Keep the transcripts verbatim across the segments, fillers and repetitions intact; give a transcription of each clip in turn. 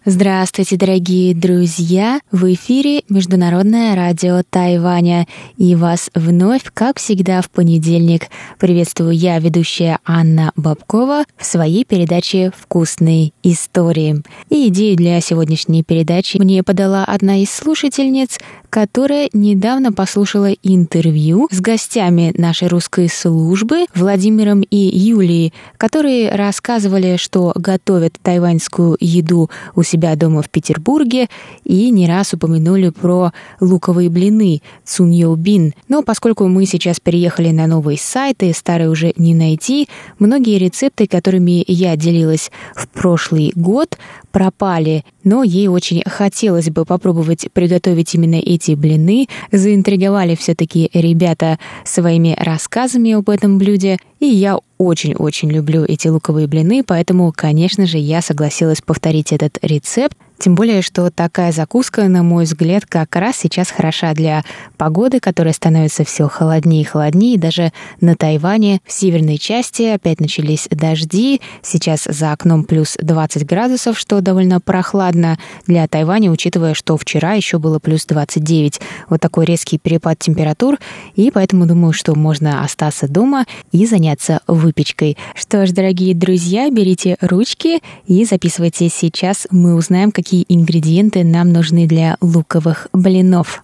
Здравствуйте, дорогие друзья! В эфире Международное радио Тайваня. И вас вновь, как всегда, в понедельник приветствую я, ведущая Анна Бабкова, в своей передаче «Вкусные истории». И идею для сегодняшней передачи мне подала одна из слушательниц, которая недавно послушала интервью с гостями нашей русской службы Владимиром и Юлией, которые рассказывали, что готовят тайваньскую еду у себя дома в Петербурге, и не раз упомянули про луковые блины цуньоубин. Но поскольку мы сейчас переехали на новые сайты, старые уже не найти, многие рецепты, которыми я делилась в прошлый год, пропали, но ей очень хотелось бы попробовать приготовить именно эти блины. Заинтриговали все-таки ребята своими рассказами об этом блюде, и я очень-очень люблю эти луковые блины, поэтому, конечно же, я согласилась повторить этот рецепт. Тем более, что такая закуска, на мой взгляд, как раз сейчас хороша для погоды, которая становится все холоднее и холоднее. Даже на Тайване в северной части опять начались дожди. Сейчас за окном плюс двадцать градусов, что довольно прохладно для Тайваня, учитывая, что вчера еще было плюс двадцать девять. Вот такой резкий перепад температур, и поэтому думаю, что можно остаться дома и заняться выпечкой. Что ж, дорогие друзья, берите ручки и записывайте. Сейчас мы узнаем, какие Какие ингредиенты нам нужны для луковых блинов.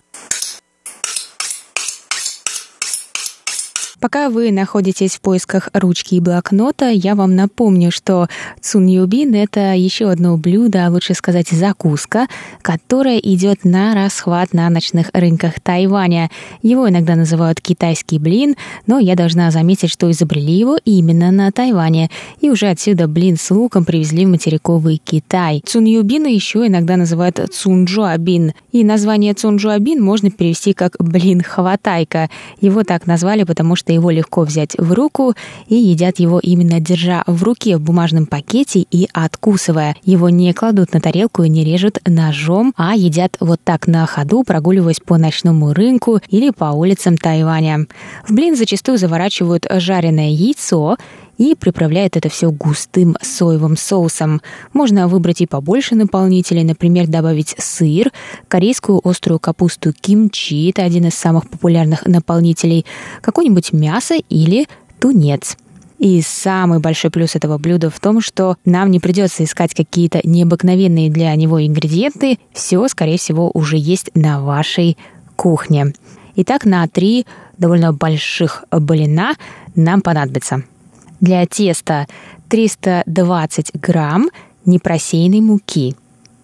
Пока вы находитесь в поисках ручки и блокнота, я вам напомню, что цуньоубин — это еще одно блюдо, а лучше сказать закуска, которая идет на расхват на ночных рынках Тайваня. Его иногда называют китайский блин, но я должна заметить, что изобрели его именно на Тайване, и уже отсюда блин с луком привезли в материковый Китай. Цуньоубин еще иногда называют цунжуабин, и название цунжуабин можно перевести как блин-хватайка. Его так назвали, потому что его легко взять в руку, и едят его именно держа в руке в бумажном пакете и откусывая. Его не кладут на тарелку и не режут ножом, а едят вот так на ходу, прогуливаясь по ночному рынку или по улицам Тайваня. В блин зачастую заворачивают жареное яйцо и приправляют это все густым соевым соусом. Можно выбрать и побольше наполнителей, например, добавить сыр, корейскую острую капусту кимчи, это один из самых популярных наполнителей, какое-нибудь мясо или тунец. И самый большой плюс этого блюда в том, что нам не придется искать какие-то необыкновенные для него ингредиенты, все, скорее всего, уже есть на вашей кухне. Итак, на три довольно больших блина нам понадобится. Для теста триста двадцать грамм непросеянной муки,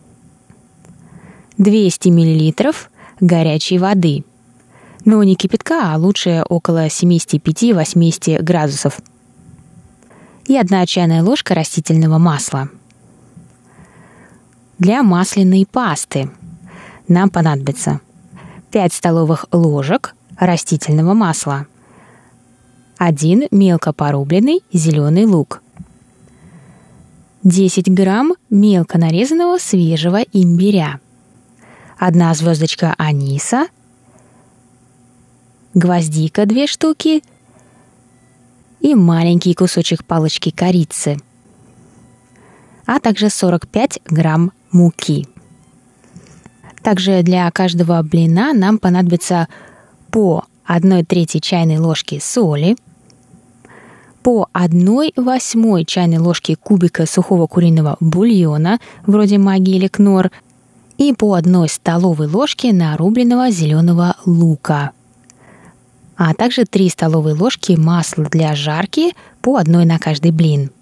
двести миллилитров горячей воды, но не кипятка, а лучше около семьдесят пять - восемьдесят градусов, и одна чайная ложка растительного масла. Для масляной пасты нам понадобится пять столовых ложек растительного масла, один мелко порубленный зеленый лук, десять грамм мелко нарезанного свежего имбиря, одна звездочка аниса, гвоздика две штуки и маленький кусочек палочки корицы, а также сорок пять грамм муки. Также для каждого блина нам понадобится по одной трети чайной ложки соли, по одной восьмой чайной ложки кубика сухого куриного бульона, вроде магги или кнор, и по одной столовой ложке нарубленного зеленого лука, а также три столовые ложки масла для жарки, по одной на каждый блин.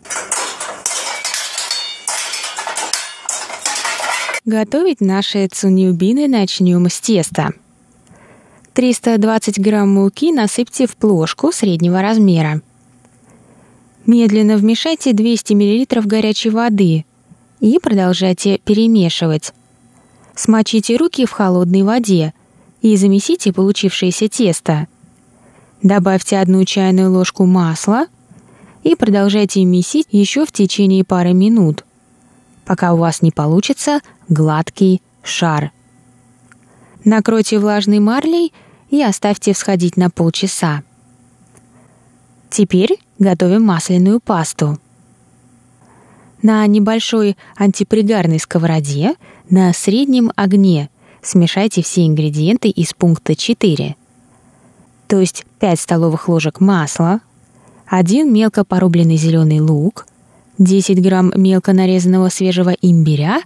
Готовить наши цуньоубины начнем с теста. триста двадцать грамм муки насыпьте в плошку среднего размера. Медленно вмешайте двести миллилитров горячей воды и продолжайте перемешивать. Смочите руки в холодной воде и замесите получившееся тесто. Добавьте одну чайную ложку масла и продолжайте месить еще в течение пары минут, пока у вас не получится гладкий шар. Накройте влажной марлей и оставьте всходить на полчаса. Теперь готовим масляную пасту. На небольшой антипригарной сковороде на среднем огне смешайте все ингредиенты из пункта четыре. То есть пять столовых ложек масла, один мелко порубленный зеленый лук, десять грамм мелко нарезанного свежего имбиря,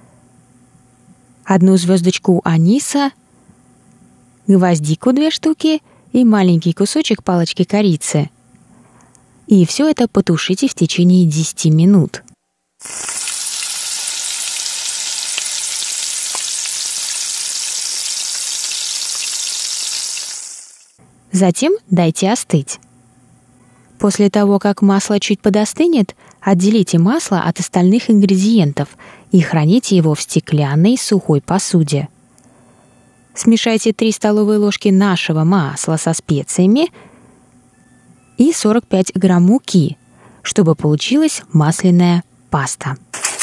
одну звездочку аниса, гвоздику две штуки и маленький кусочек палочки корицы. И все это потушите в течение десяти минут. Затем дайте остыть. После того, как масло чуть подостынет, отделите масло от остальных ингредиентов и храните его в стеклянной сухой посуде. Смешайте три столовые ложки нашего масла со специями и сорок пять грамм муки, чтобы получилась масляная паста.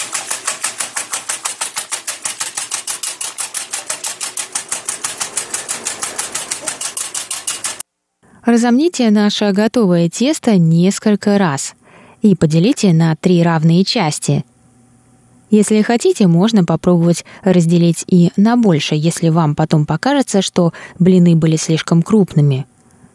Разомните наше готовое тесто несколько раз и поделите на три равные части. Если хотите, можно попробовать разделить и на больше, если вам потом покажется, что блины были слишком крупными.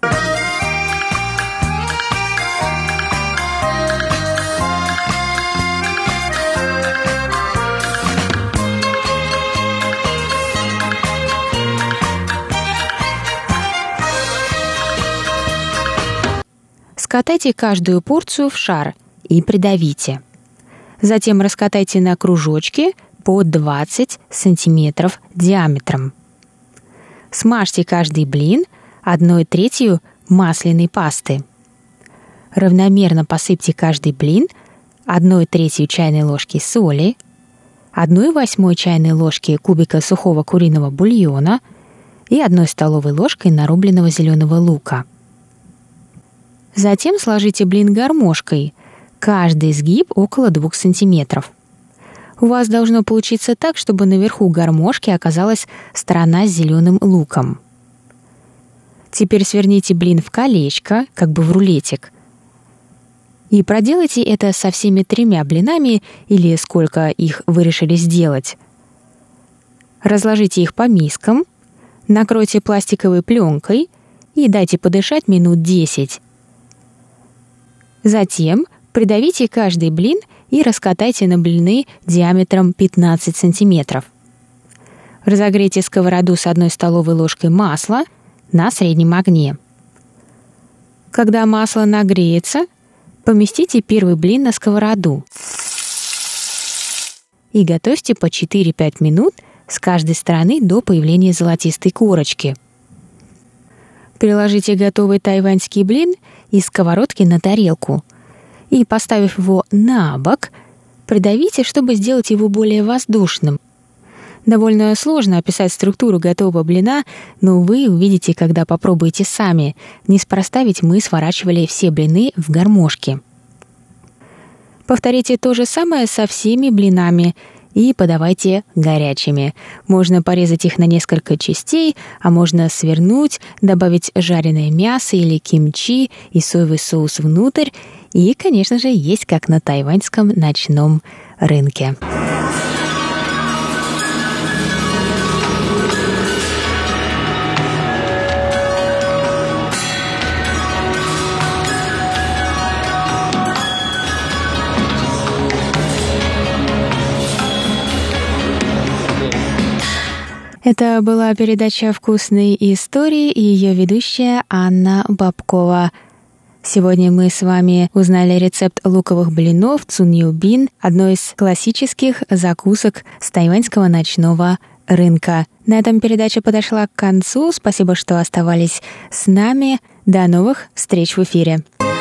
Скатайте каждую порцию в шар и придавите. Затем раскатайте на кружочки по двадцать сантиметров диаметром. Смажьте каждый блин одной третью масляной пасты. Равномерно посыпьте каждый блин одной третью чайной ложки соли, одной восьмой чайной ложки кубика сухого куриного бульона и одной столовой ложкой нарубленного зеленого лука. Затем сложите блин гармошкой, каждый сгиб около двух сантиметров. У вас должно получиться так, чтобы наверху гармошки оказалась сторона с зеленым луком. Теперь сверните блин в колечко, как бы в рулетик. И проделайте это со всеми тремя блинами или сколько их вы решили сделать. Разложите их по мискам, накройте пластиковой пленкой и дайте подышать минут десять. Затем придавите каждый блин и раскатайте на блины диаметром пятнадцать сантиметров. Разогрейте сковороду с одной столовой ложкой масла на среднем огне. Когда масло нагреется, поместите первый блин на сковороду и готовьте по четыре-пять минут с каждой стороны до появления золотистой корочки. Переложите готовый тайваньский блин из сковородки на тарелку и, поставив его на бок, придавите, чтобы сделать его более воздушным. Довольно сложно описать структуру готового блина, но вы увидите, когда попробуете сами. Неспроста ведь мы сворачивали все блины в гармошки. Повторите то же самое со всеми блинами и подавайте горячими. Можно порезать их на несколько частей, а можно свернуть, добавить жареное мясо или кимчи и соевый соус внутрь. И, конечно же, есть как на тайваньском ночном рынке. Это была передача «Вкусные истории» и ее ведущая Анна Бабкова. Сегодня мы с вами узнали рецепт луковых блинов цуньюбин, одной из классических закусок с тайваньского ночного рынка. На этом передача подошла к концу. Спасибо, что оставались с нами. До новых встреч в эфире.